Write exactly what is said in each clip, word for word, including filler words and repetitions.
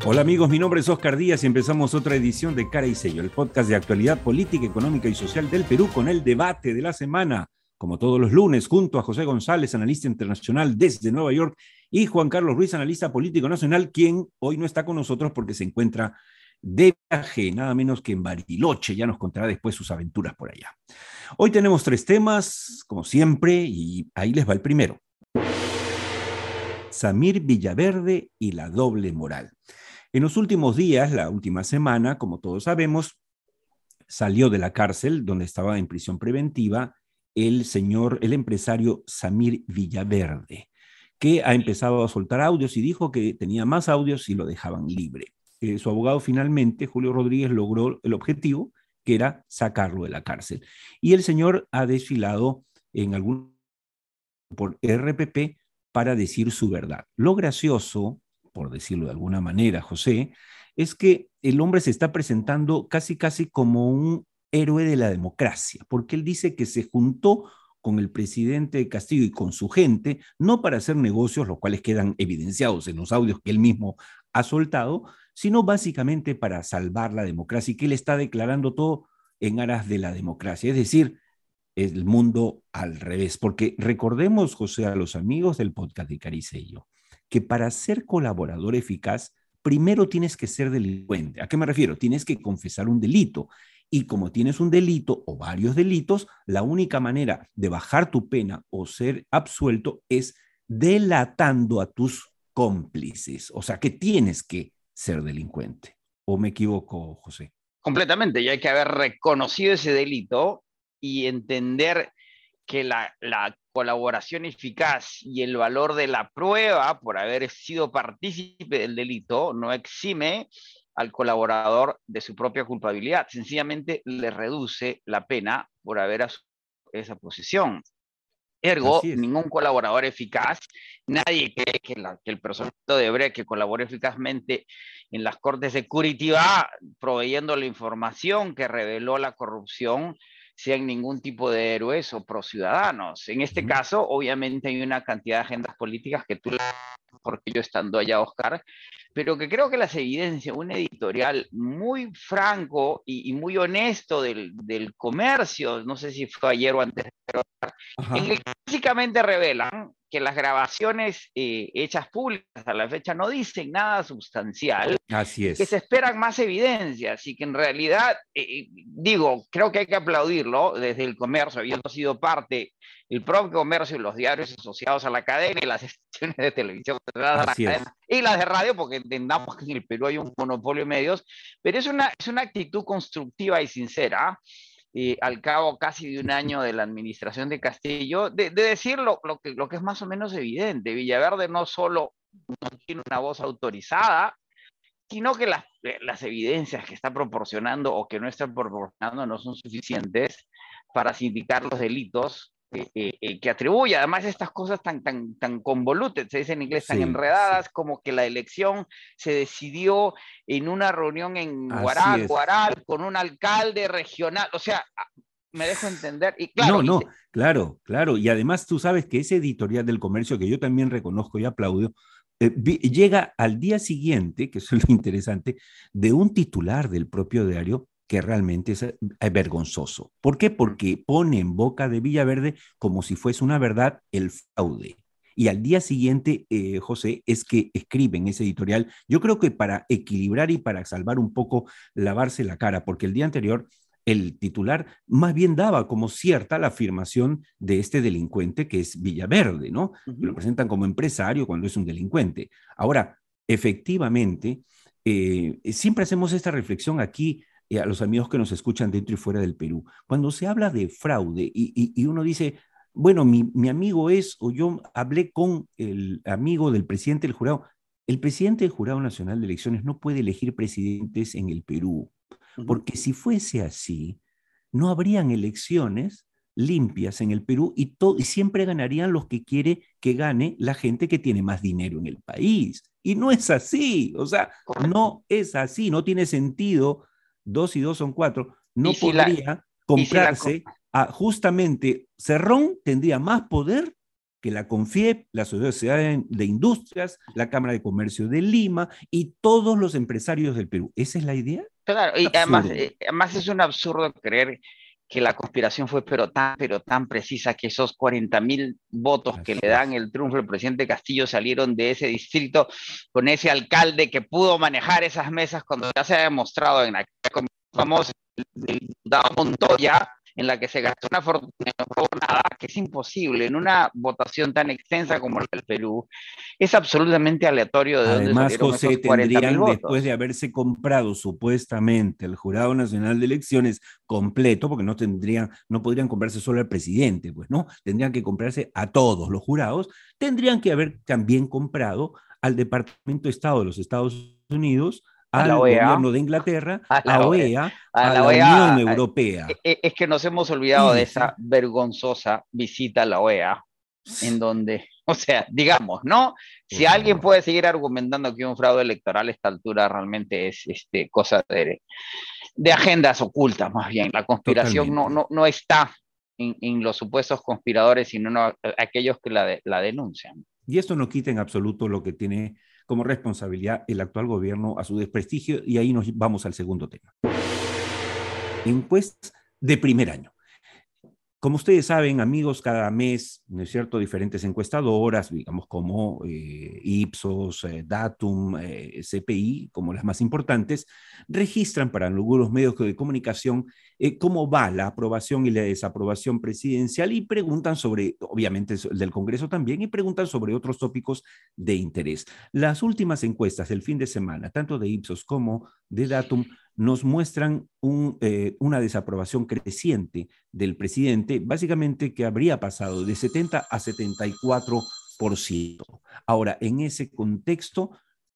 Hola amigos, mi nombre es Oscar Díaz y empezamos otra edición de Cara y Sello, el podcast de actualidad política, económica y social del Perú con el debate de la semana, como todos los lunes, junto a José González, analista internacional desde Nueva York, y Juan Carlos Ruiz, analista político nacional, quien hoy no está con nosotros porque se encuentra de viaje, nada menos que en Bariloche, ya nos contará después sus aventuras por allá. Hoy tenemos tres temas, como siempre, y ahí les va el primero. Samir Villaverde y la doble moral. En los últimos días, la última semana, como todos sabemos, salió de la cárcel donde estaba en prisión preventiva el señor, el empresario Samir Villaverde, que ha empezado a soltar audios y dijo que tenía más audios y lo dejaban libre. Eh, su abogado finalmente, Julio Rodríguez, logró el objetivo, que era sacarlo de la cárcel. Y el señor ha desfilado en algún por R P P para decir su verdad. Lo gracioso, por decirlo de alguna manera, José, es que el hombre se está presentando casi casi como un héroe de la democracia, porque él dice que se juntó con el presidente Castillo y con su gente, no para hacer negocios, los cuales quedan evidenciados en los audios que él mismo ha soltado, sino básicamente para salvar la democracia y que él está declarando todo en aras de la democracia. Es decir, el mundo al revés, porque recordemos, José, a los amigos del podcast de Cara y Sello, que para ser colaborador eficaz, primero tienes que ser delincuente. ¿A qué me refiero? Tienes que confesar un delito. Y como tienes un delito o varios delitos, la única manera de bajar tu pena o ser absuelto es delatando a tus cómplices. O sea que tienes que ser delincuente. ¿O me equivoco, José? Completamente, y hay que haber reconocido ese delito y entender que la, la colaboración eficaz y el valor de la prueba por haber sido partícipe del delito no exime al colaborador de su propia culpabilidad, sencillamente le reduce la pena por haber asumido esa posición. Ergo, ningún colaborador eficaz, nadie cree que, la, que el personal de Brecht que colaboró eficazmente en las Cortes de Curitiba, proveyendo la información que reveló la corrupción, sean ningún tipo de héroes o prociudadanos. En este uh-huh. caso, obviamente hay una cantidad de agendas políticas que tú, porque yo estando allá, Oscar, pero que creo que las evidencia, un editorial muy franco y, y muy honesto del, del Comercio, no sé si fue ayer o antes, pero en el que básicamente revelan que las grabaciones eh, hechas públicas a la fecha no dicen nada sustancial. Así es. Que se esperan más evidencias y que en realidad, eh, digo, creo que hay que aplaudirlo desde el Comercio, habiendo sido parte el propio Comercio y los diarios asociados a la cadena y las estaciones de televisión asociadas a la cadena y las de radio, porque entendamos que en el Perú hay un monopolio de medios, pero es una, es una actitud constructiva y sincera. Eh, al cabo casi de un año de la administración de Castillo, de, de decir lo, lo, que, lo que es más o menos evidente. Villaverde no solo no tiene una voz autorizada, sino que las, las evidencias que está proporcionando o que no está proporcionando no son suficientes para sindicar los delitos eh, eh, que atribuye. Además, estas cosas tan, tan, tan convoluted, se dice en inglés, tan sí, enredadas, sí. como que la elección se decidió en una reunión en Huaral, Huaral, con un alcalde regional, o sea, me dejo entender. Y claro, no, no, y se... claro, claro. Y además tú sabes que ese editorial del Comercio, que yo también reconozco y aplaudo, eh, llega al día siguiente, que eso es lo interesante, de un titular del propio diario que realmente es, es vergonzoso. ¿Por qué? Porque pone en boca de Villaverde como si fuese una verdad el fraude. Y al día siguiente, eh, José, es que escriben ese editorial, yo creo que para equilibrar y para salvar un poco, lavarse la cara, porque el día anterior el titular más bien daba como cierta la afirmación de este delincuente que es Villaverde, ¿no? Uh-huh. Lo presentan como empresario cuando es un delincuente. Ahora, efectivamente, eh, siempre hacemos esta reflexión aquí eh, a los amigos que nos escuchan dentro y fuera del Perú. Cuando se habla de fraude y, y, y uno dice, bueno, mi, mi amigo es, o yo hablé con el amigo del presidente del jurado. El presidente del Jurado Nacional de Elecciones no puede elegir presidentes en el Perú. Porque si fuese así, no habrían elecciones limpias en el Perú y, todo, y siempre ganarían los que quiere que gane la gente que tiene más dinero en el país. Y no es así, o sea, no es así, no tiene sentido, dos y dos son cuatro, no si podría la, comprarse, si la... a, justamente Cerrón tendría más poder que la CONFIEP, la Sociedad de Industrias, la Cámara de Comercio de Lima y todos los empresarios del Perú. ¿Esa es la idea? Claro, y además, Absurdo. eh, además es un absurdo creer que la conspiración fue pero tan, pero tan precisa que esos cuarenta mil votos que Así le dan es. el triunfo al presidente Castillo salieron de ese distrito con ese alcalde que pudo manejar esas mesas cuando ya se ha demostrado en la famosa del diputado Montoya, en la que se gastó una fortuna, no fue nada, que es imposible en una votación tan extensa como la del Perú. Es absolutamente aleatorio de dónde Además, salieron José, esos cuarenta mil tendrían, después de votos. haberse comprado supuestamente el Jurado Nacional de Elecciones completo, porque no tendrían, no podrían comprarse solo al presidente, pues no, tendrían que comprarse a todos los jurados, tendrían que haber también comprado al Departamento de Estado de los Estados Unidos, A la al O E A, gobierno de Inglaterra, a a la O E A, O E A, a a la la O E A. Unión a- Europea. e- Es que nos hemos olvidado de esa Fíjese. vergonzosa visita a la O E A, en donde, o sea, digamos, ¿no? Por Si alguien favor. puede seguir argumentando que un fraude electoral a esta altura realmente es este, cosa de, de agendas ocultas, más bien. La conspiración no, Totalmente. no, no está en, en los supuestos conspiradores, sino no, aquellos que la, de, la denuncian. Y esto no quita en absoluto lo que tiene como responsabilidad el actual gobierno a su desprestigio, y ahí nos vamos al segundo tema. Encuestas de primer año. Como ustedes saben, amigos, cada mes, ¿no es cierto?, diferentes encuestadoras, digamos como eh, Ipsos, eh, Datum, eh, C P I, como las más importantes, registran para algunos medios de comunicación eh, cómo va la aprobación y la desaprobación presidencial y preguntan sobre, obviamente del Congreso también, y preguntan sobre otros tópicos de interés. Las últimas encuestas del fin de semana, tanto de Ipsos como de Datum, nos muestran un, eh, una desaprobación creciente del presidente, básicamente que habría pasado de setenta a setenta y cuatro por ciento. Ahora, en ese contexto,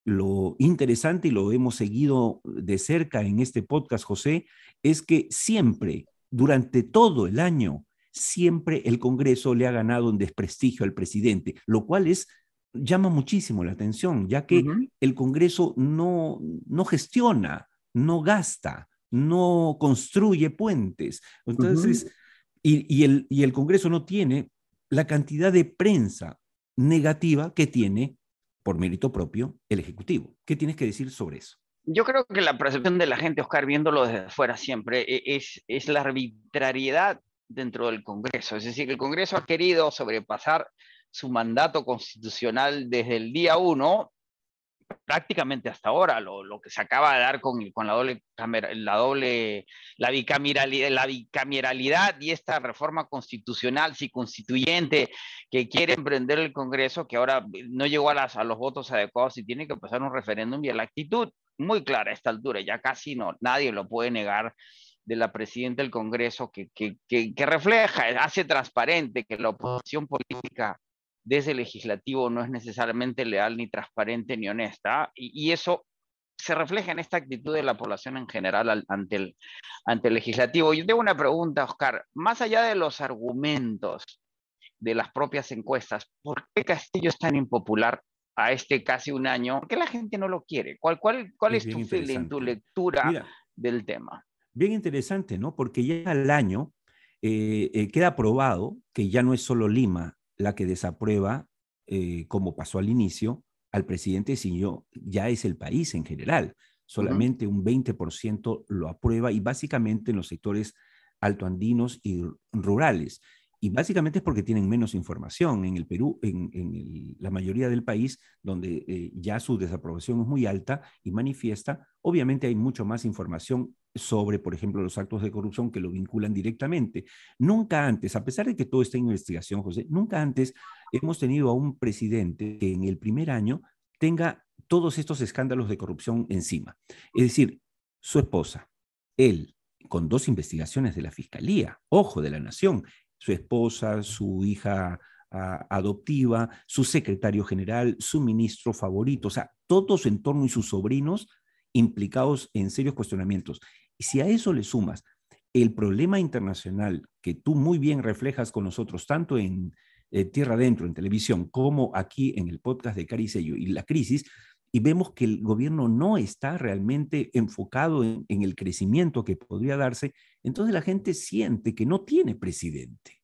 lo interesante, y lo hemos seguido de cerca en este podcast, José, es que siempre, durante todo el año, siempre el Congreso le ha ganado en desprestigio al presidente, lo cual es llama muchísimo la atención, ya Uh que -huh. el Congreso no, no gestiona, no gasta, no construye puentes. Uh Entonces, -huh. y, y, el, y el Congreso no tiene la cantidad de prensa negativa que tiene, por mérito propio, el Ejecutivo. ¿Qué tienes que decir sobre eso? Yo creo que la percepción de la gente, Oscar, viéndolo desde afuera siempre, es, es la arbitrariedad dentro del Congreso. Es decir, el Congreso ha querido sobrepasar su mandato constitucional desde el día uno, prácticamente hasta ahora, lo, lo que se acaba de dar con, con la doble, la doble, la bicameralidad, la bicameralidad y esta reforma constitucional, sí, constituyente, que quiere emprender el Congreso, que ahora no llegó a, las, a los votos adecuados y tiene que pasar un referéndum, y la actitud muy clara a esta altura, ya casi no, nadie lo puede negar, de la presidenta del Congreso, que, que, que, que refleja, hace transparente que la oposición política desde el legislativo no es necesariamente leal, ni transparente, ni honesta, y, y eso se refleja en esta actitud de la población en general al, ante, el, ante el legislativo. Yo tengo una pregunta, Oscar, más allá de los argumentos de las propias encuestas, ¿por qué Castillo es tan impopular a este casi un año? ¿Por qué la gente no lo quiere? ¿Cuál, cuál, cuál Es es bien tu feeling, tu interesante. lectura Mira, del tema? bien interesante, ¿no? Porque ya al año eh, eh, queda probado que ya no es solo Lima la que desaprueba, eh, como pasó al inicio, al presidente, sino ya es el país en general. Uh -huh. Solamente un veinte por ciento lo aprueba, y básicamente en los sectores altoandinos y rurales. Y básicamente es porque tienen menos información. En el Perú, en, en el, la mayoría del país, donde eh, ya su desaprobación es muy alta y manifiesta, obviamente hay mucho más información sobre, por ejemplo, los actos de corrupción que lo vinculan directamente. Nunca antes, a pesar de que todo está en investigación, José, nunca antes hemos tenido a un presidente que en el primer año tenga todos estos escándalos de corrupción encima. Es decir, su esposa, él, con dos investigaciones de la Fiscalía, ojo, de la Nación, su esposa, su hija uh, adoptiva, su secretario general, su ministro favorito, o sea, todo su entorno y sus sobrinos implicados en serios cuestionamientos. Y si a eso le sumas el problema internacional que tú muy bien reflejas con nosotros, tanto en eh, Tierra Adentro, en televisión, como aquí en el podcast de Cari Sello, y la crisis, y vemos que el gobierno no está realmente enfocado en, en el crecimiento que podría darse, entonces la gente siente que no tiene presidente.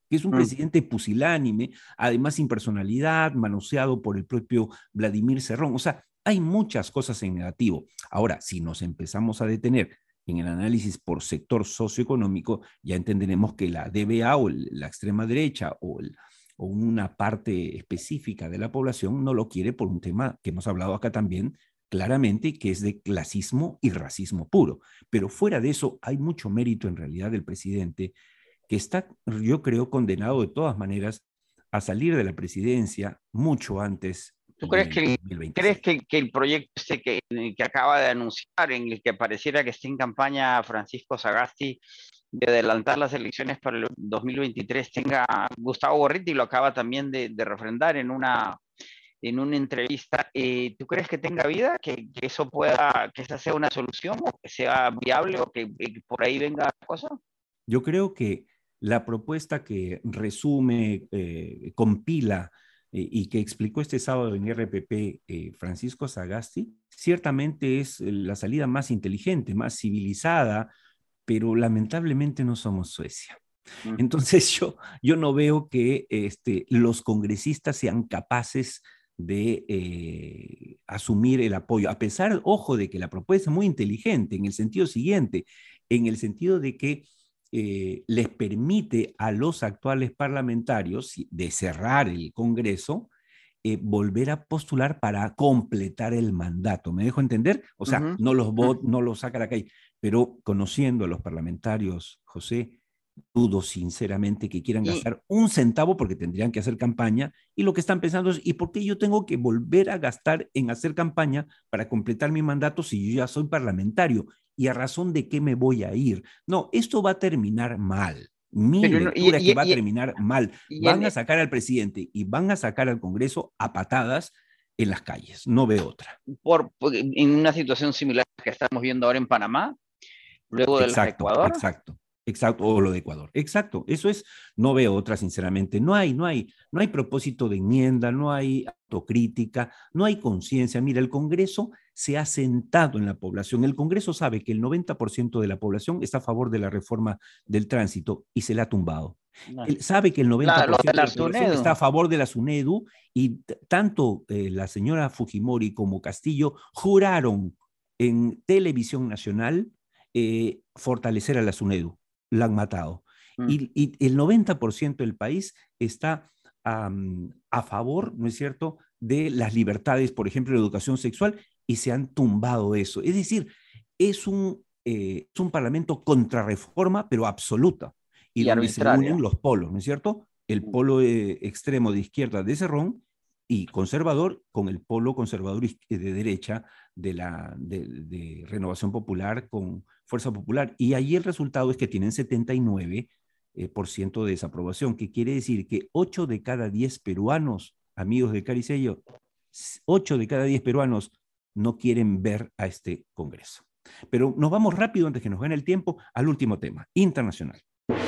que es un Mm. presidente pusilánime, además sin personalidad, manoseado por el propio Vladimir Cerrón. O sea, hay muchas cosas en negativo. Ahora, si nos empezamos a detener en el análisis por sector socioeconómico, ya entenderemos que la D B A o la extrema derecha o, el, o una parte específica de la población no lo quiere por un tema que hemos hablado acá también claramente, que es de clasismo y racismo puro. Pero fuera de eso, hay mucho mérito en realidad del presidente, que está, yo creo, condenado de todas maneras a salir de la presidencia mucho antes ¿Tú crees del que, dos mil crees veintiséis. que, que el proyecto este que, que acaba de anunciar, en el que pareciera que está en campaña Francisco Sagasti de adelantar las elecciones para el dos mil veintitrés, tenga Gustavo Gorriti, lo acaba también de, de refrendar en una, en una entrevista, eh, ¿tú crees que tenga vida? ¿Que, que eso pueda, que esa sea una solución o que sea viable o que, que por ahí venga la cosa? Yo creo que la propuesta que resume, eh, compila eh, y que explicó este sábado en R P P eh, Francisco Sagasti, ciertamente es la salida más inteligente, más civilizada, pero lamentablemente no somos Suecia. Mm. Entonces yo, yo no veo que este, los congresistas sean capaces de eh, asumir el apoyo, a pesar, ojo, de que la propuesta es muy inteligente en el sentido siguiente, en el sentido de que eh, les permite a los actuales parlamentarios de cerrar el Congreso, eh, volver a postular para completar el mandato. ¿Me dejo entender? O sea, Ujú. no los, Mm. vot, no los saca a la calle, pero conociendo a los parlamentarios, José, dudo sinceramente que quieran Y, gastar un centavo porque tendrían que hacer campaña y lo que están pensando es, ¿y por qué yo tengo que volver a gastar en hacer campaña para completar mi mandato si yo ya soy parlamentario? ¿Y a razón de qué me voy a ir? No, esto va a terminar mal. Mi pero no- y, lectura es que y, va a y, terminar mal. y Van en, a sacar al presidente y van a sacar al Congreso a patadas en las calles. No veo otra. por, por- en una situación similar que estamos viendo ahora en Panamá, luego de las de Exacto, Ecuador. exacto, exacto, o lo de Ecuador, exacto, eso es, no veo otra, sinceramente, no hay, no hay, no hay propósito de enmienda, no hay autocrítica, no hay conciencia. Mira, el Congreso se ha sentado en la población, el Congreso sabe que el noventa por ciento de la población está a favor de la reforma del tránsito y se la ha tumbado. No. Él sabe que el La, lo de noventa por ciento de la la población está a SUNEDU. favor de la SUNEDU y tanto eh, la señora Fujimori como Castillo juraron en televisión nacional eh, fortalecer a la SUNEDU. La han matado. Mm. Y, y el noventa por ciento del país está um, a favor, ¿no es cierto?, de las libertades, por ejemplo, la educación sexual, y se han tumbado eso. Es decir, es un, eh, es un parlamento contrarreforma, pero absoluta, y Y donde se unen arbitraria. los polos, ¿no es cierto? El Mm. polo eh, extremo de izquierda de Cerrón y conservador con el polo conservador de derecha de, la, de, de Renovación Popular con Fuerza Popular. Y ahí el resultado es que tienen setenta y nueve por ciento de desaprobación, que quiere decir que ocho de cada diez peruanos, amigos de Caricello, ocho de cada diez peruanos no quieren ver a este Congreso. Pero nos vamos rápido antes que nos gane el tiempo al último tema, internacional.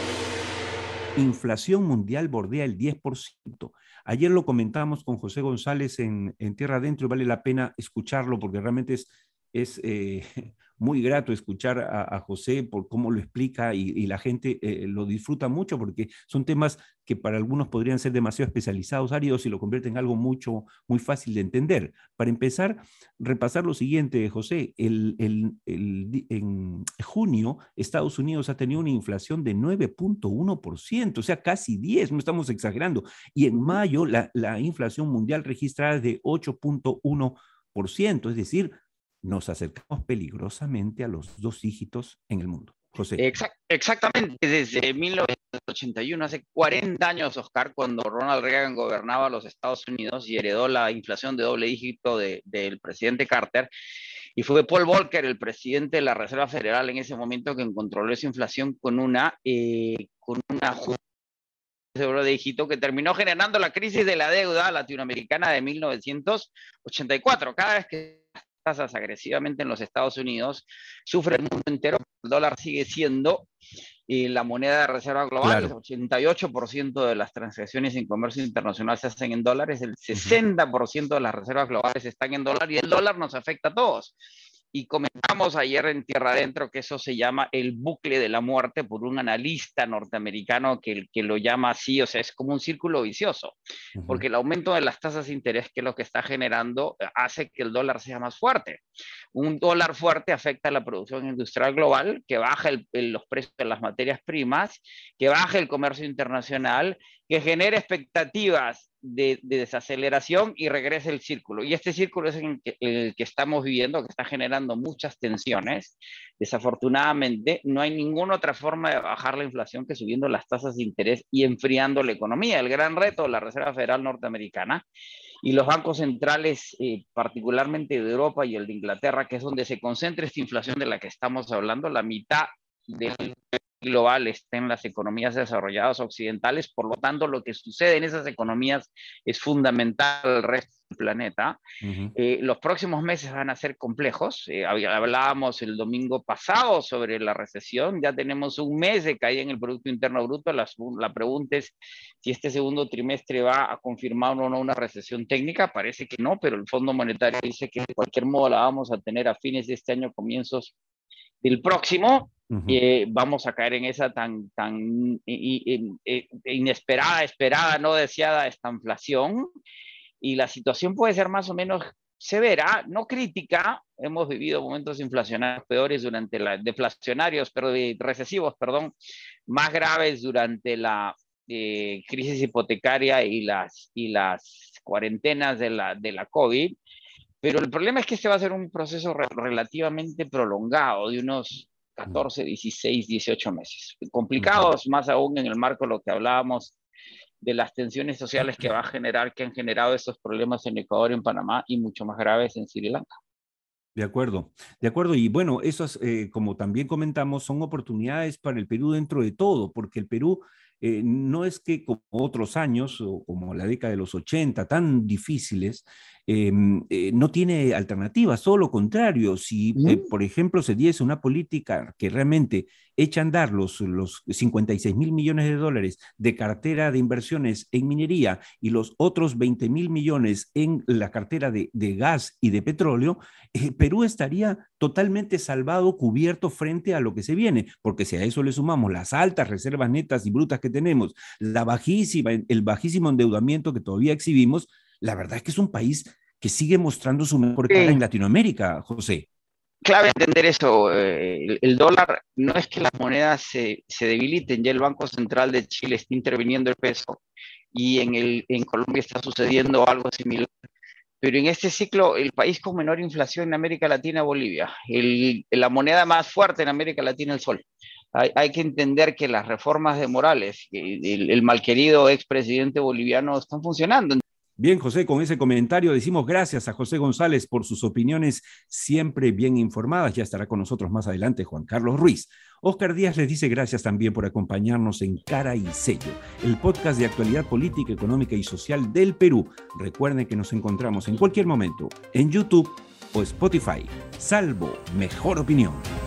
Inflación mundial bordea el diez por ciento. Ayer lo comentábamos con José González en, en Tierra Adentro y vale la pena escucharlo porque realmente es, es eh, muy grato escuchar a, a, José por cómo lo explica y, y la gente eh, lo disfruta mucho porque son temas que para algunos podrían ser demasiado especializados, áridos, y lo convierten en algo mucho, muy fácil de entender. Para empezar, repasar lo siguiente, José. El, el, el, en junio, Estados Unidos ha tenido una inflación de nueve punto uno por ciento, o sea, casi diez, no estamos exagerando. Y en mayo, la, la inflación mundial registrada es de ocho punto uno por ciento, es decir, nos acercamos peligrosamente a los dos dígitos en el mundo. José. Exact, exactamente, desde mil novecientos ochenta y uno, hace cuarenta años, Oscar, cuando Ronald Reagan gobernaba los Estados Unidos y heredó la inflación de doble dígito de, del presidente Carter, y fue Paul Volcker, el presidente de la Reserva Federal en ese momento, que controló esa inflación con una, eh, con una de doble dígito que terminó generando la crisis de la deuda latinoamericana de mil novecientos ochenta y cuatro. Cada vez que tasas agresivamente en los Estados Unidos, sufre el mundo entero. El dólar sigue siendo eh, la moneda de reserva global. Claro. El ochenta y ocho por ciento de las transacciones en comercio internacional se hacen en dólares. El sesenta por ciento de las reservas globales están en dólar y el dólar nos afecta a todos. y comentamos ayer en Tierra Adentro que eso se llama el bucle de la muerte por un analista norteamericano que, que lo llama así, o sea, es como un círculo vicioso, uh-huh. porque el aumento de las tasas de interés, que es lo que está generando, hace que el dólar sea más fuerte. Un dólar fuerte afecta a la producción industrial global, que baja el, el, los precios de las materias primas, que baja el comercio internacional, que genera expectativas de, de desaceleración y regresa el círculo. Y este círculo es el que, el que estamos viviendo, que está generando muchas tensiones. Desafortunadamente, no hay ninguna otra forma de bajar la inflación que subiendo las tasas de interés y enfriando la economía. El gran reto de la Reserva Federal norteamericana y los bancos centrales, eh, particularmente de Europa y el de Inglaterra, que es donde se concentra esta inflación de la que estamos hablando, la mitad del global está en las economías desarrolladas occidentales, por lo tanto lo que sucede en esas economías es fundamental al resto del planeta. Uh-huh. Eh, los próximos meses van a ser complejos, eh, hablábamos el domingo pasado sobre la recesión, ya tenemos un mes de caída en el Producto Interno Bruto, la, la pregunta es si este segundo trimestre va a confirmar o no una recesión técnica, parece que no, pero el Fondo Monetario dice que de cualquier modo la vamos a tener a fines de este año, comienzos del próximo. Uh-huh. eh, vamos a caer en esa tan, tan inesperada, esperada, no deseada esta inflación, y la situación puede ser más o menos severa, no crítica. Hemos vivido momentos inflacionarios peores durante la, deflacionarios, pero recesivos, perdón, más graves durante la eh, crisis hipotecaria y las, y las cuarentenas de la, de la COVID. Pero el problema es que este va a ser un proceso re relativamente prolongado, de unos catorce, dieciséis, dieciocho meses. Complicados, más aún en el marco de lo que hablábamos de las tensiones sociales que va a generar, que han generado estos problemas en Ecuador, en Panamá y mucho más graves en Sri Lanka. De acuerdo, de acuerdo. Y bueno, esas, eh, como también comentamos, son oportunidades para el Perú dentro de todo, porque el Perú eh, no es que como otros años, o como la década de los ochenta, tan difíciles, eh, eh, no tiene alternativas, todo lo contrario. Si, eh, por ejemplo, se diese una política que realmente echa a andar los, los cincuenta y seis mil millones de dólares de cartera de inversiones en minería y los otros veinte mil millones en la cartera de, de gas y de petróleo, eh, Perú estaría totalmente salvado, cubierto frente a lo que se viene, porque si a eso le sumamos las altas reservas netas y brutas que tenemos, la bajísima, el bajísimo endeudamiento que todavía exhibimos, la verdad es que es un país que sigue mostrando su mejor cara sí. en Latinoamérica, José. Clave entender eso, eh, el, el dólar no es que las monedas se, se debiliten, ya el Banco Central de Chile está interviniendo el peso y en, el, en Colombia está sucediendo algo similar. Pero en este ciclo, el país con menor inflación en América Latina es Bolivia. El, la moneda más fuerte en América Latina es el sol. Hay, hay que entender que las reformas de Morales, el, el malquerido expresidente boliviano, están funcionando. Bien, José, con ese comentario decimos gracias a José González por sus opiniones siempre bien informadas. Ya estará con nosotros más adelante Juan Carlos Ruiz. Óscar Díaz les dice gracias también por acompañarnos en Cara y Sello, el podcast de actualidad política, económica y social del Perú. Recuerden que nos encontramos en cualquier momento en YouTube o Spotify, salvo Mejor Opinión.